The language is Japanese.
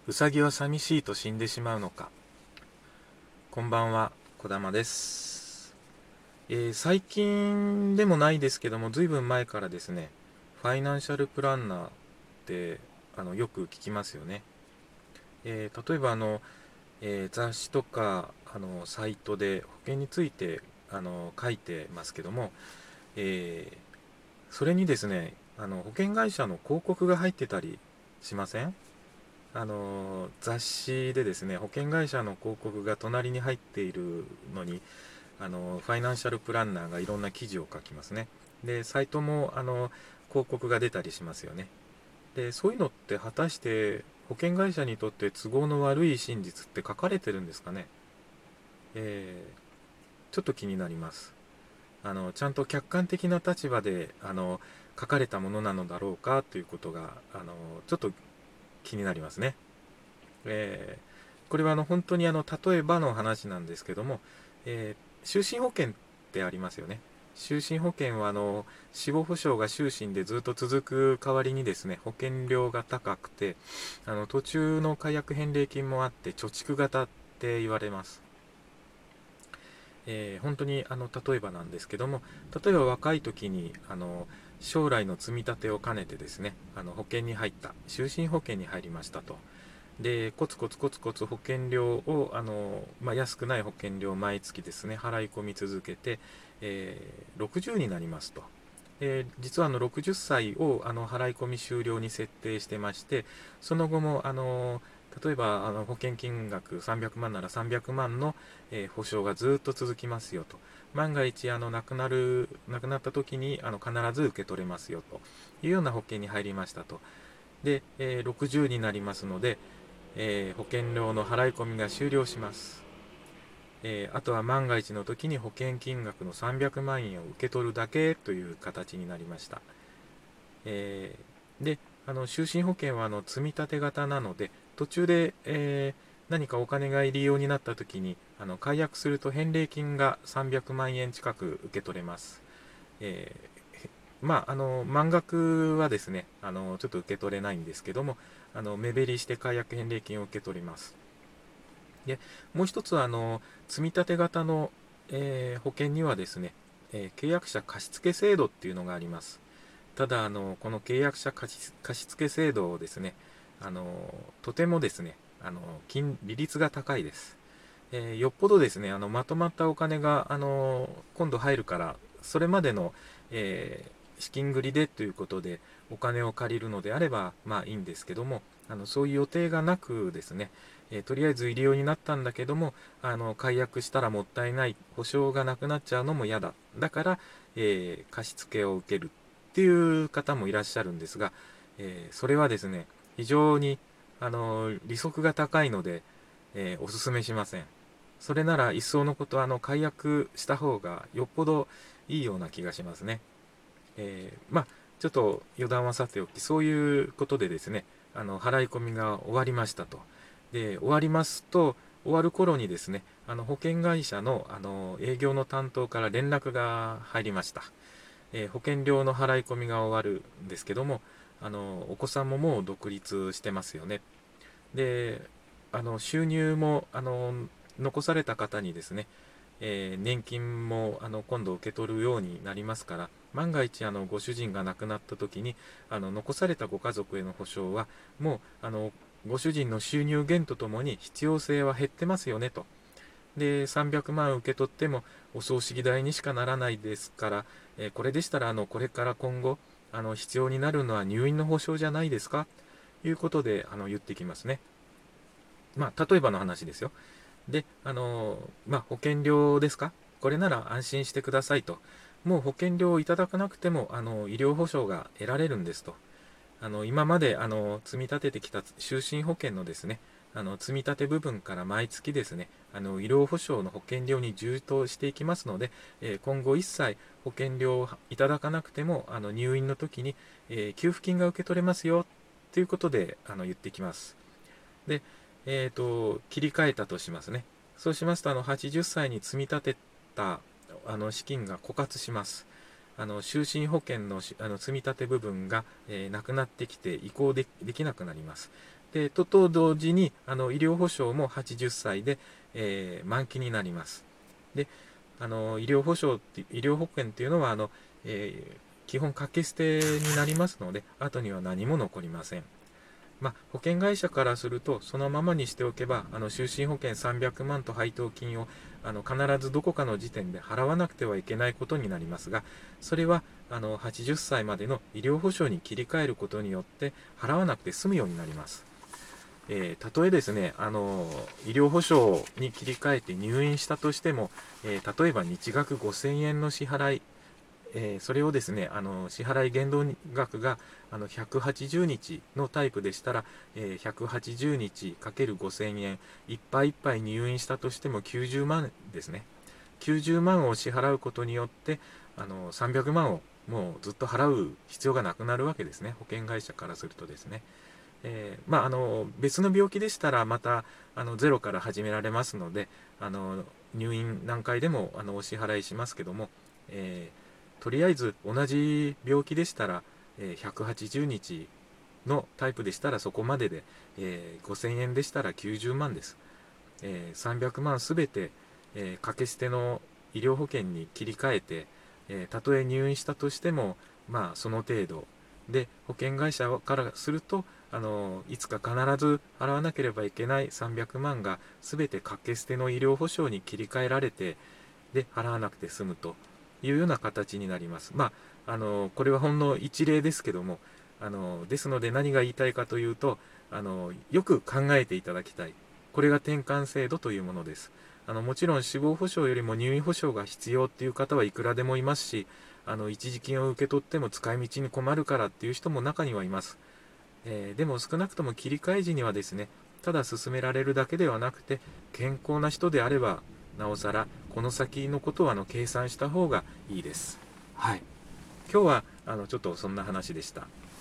うさぎは寂しいと死んでしまうのか。こんばんは、こだまです。最近でもないですけども、ずいぶん前からですね、ファイナンシャルプランナーってよく聞きますよね。例えば雑誌とかサイトで保険について書いてますけども、えーそれにですね、保険会社の広告が入ってたりしません？雑誌でですね、保険会社の広告が隣に入っているのに、ファイナンシャルプランナーがいろんな記事を書きますね。で、サイトも広告が出たりしますよね。で、そういうのって果たして保険会社にとって都合の悪い真実って書かれてるんですかね？ちょっと気になります。ちゃんと客観的な立場で書かれたものなのだろうかということがちょっと気になりますね。これは本当に例えばの話なんですけども、終身保険ってありますよね。終身保険は死亡保障が終身でずっと続く代わりにですね、保険料が高くて、途中の解約返礼金もあって貯蓄型って言われます。本当に例えばなんですけども、例えば若い時に将来の積み立てを兼ねてですね、保険に入った、終身保険に入りましたと。で、コツコツコツコツ保険料を安くない保険料を毎月ですね払い込み続けて、60になりますと。実は60歳を払い込み終了に設定してまして、その後も例えば保険金額300万なら300万の、保証がずっと続きますよと。万が一亡くなった時に必ず受け取れますよというような保険に入りましたと。で、60になりますので、保険料の払い込みが終了します。あとは万が一の時に保険金額の300万円を受け取るだけという形になりました。で、就寝保険は積み立て型なので、途中で、何かお金が入りようになった時に解約すると返礼金が300万円近く受け取れます。え満額はですね、ちょっと受け取れないんですけども、目減りして解約返礼金を受け取ります。で、もう一つは、積立型の、保険にはですね、契約者貸付制度っていうのがあります。ただ、この契約者貸付制度をですね、とてもですね、利率が高いです。よっぽどですね、まとまったお金が、今度入るから、それまでの、資金繰りでということで、お金を借りるのであれば、まあいいんですけども、そういう予定がなくですね、とりあえず入り用になったんだけども、解約したらもったいない、保証がなくなっちゃうのも嫌だ。だから、貸付を受けるっていう方もいらっしゃるんですが、それはですね、非常に、利息が高いので、お勧めしません。それなら一層のこと解約した方がよっぽどいいような気がしますね。ちょっと余談はさておき、そういうことでですね、払い込みが終わりましたと。で、終わりますと、終わる頃にですね、保険会社の、営業の担当から連絡が入りました。保険料の払い込みが終わるんですけども、お子さんももう独立してますよね。で、収入も、残された方にですね、年金も今度受け取るようになりますから、万が一ご主人が亡くなった時に残されたご家族への保障はもうご主人の収入減とともに必要性は減ってますよねと。で、300万受け取ってもお葬式代にしかならないですから、これでしたらこれから今後必要になるのは入院の保障じゃないですかということで言ってきますね。例えばの話ですよ。で、保険料ですか、これなら安心してくださいと。もう保険料をいただかなくても、医療保障が得られるんですと。今まで、積み立ててきた就寝保険のですね、積み立て部分から毎月ですね、医療保障の保険料に充当していきますので、今後一切保険料をいただかなくても、入院の時に、給付金が受け取れますよ、ということで、言ってきます。で、切り替えたとしますね。そうしますと、80歳に積み立てた資金が枯渇します。 就寝保険の積み立て部分が、なくなってきて移行できなくなります。で、と同時に医療保障も80歳で、満期になります。で、医療保険っていうのは基本掛け捨てになりますので、後には何も残りません。保険会社からすると、そのままにしておけば、就寝保険300万と配当金を必ずどこかの時点で払わなくてはいけないことになりますが、それは80歳までの医療保障に切り替えることによって払わなくて済むようになります。たとえですね、医療保障に切り替えて入院したとしても、例えば日額5000円の支払い、それをですね、支払い限度額が180日のタイプでしたら、180日 ×5000 円、いっぱいいっぱい入院したとしても90万ですね。90万を支払うことによって、300万をもうずっと払う必要がなくなるわけですね、保険会社からするとですね。別の病気でしたらまたゼロから始められますので、入院何回でもお支払いしますけども、とりあえず同じ病気でしたら、180日のタイプでしたらそこまでで、5000円でしたら90万です。300万すべて、掛け捨ての医療保険に切り替えて、たとえ入院したとしても、その程度で、保険会社からするといつか必ず払わなければいけない300万が全て掛け捨ての医療保障に切り替えられて、で払わなくて済むというような形になります。これはほんの一例ですけども、ですので何が言いたいかというと、よく考えていただきたい。これが転換制度というものです。もちろん死亡保障よりも入院保障が必要っていう方はいくらでもいますし、一時金を受け取っても使い道に困るからっていう人も中にはいます。でも少なくとも切り替え時にはですね、ただ進められるだけではなくて、健康な人であればなおさらこの先のことを計算した方がいいです。はい。今日はちょっとそんな話でした。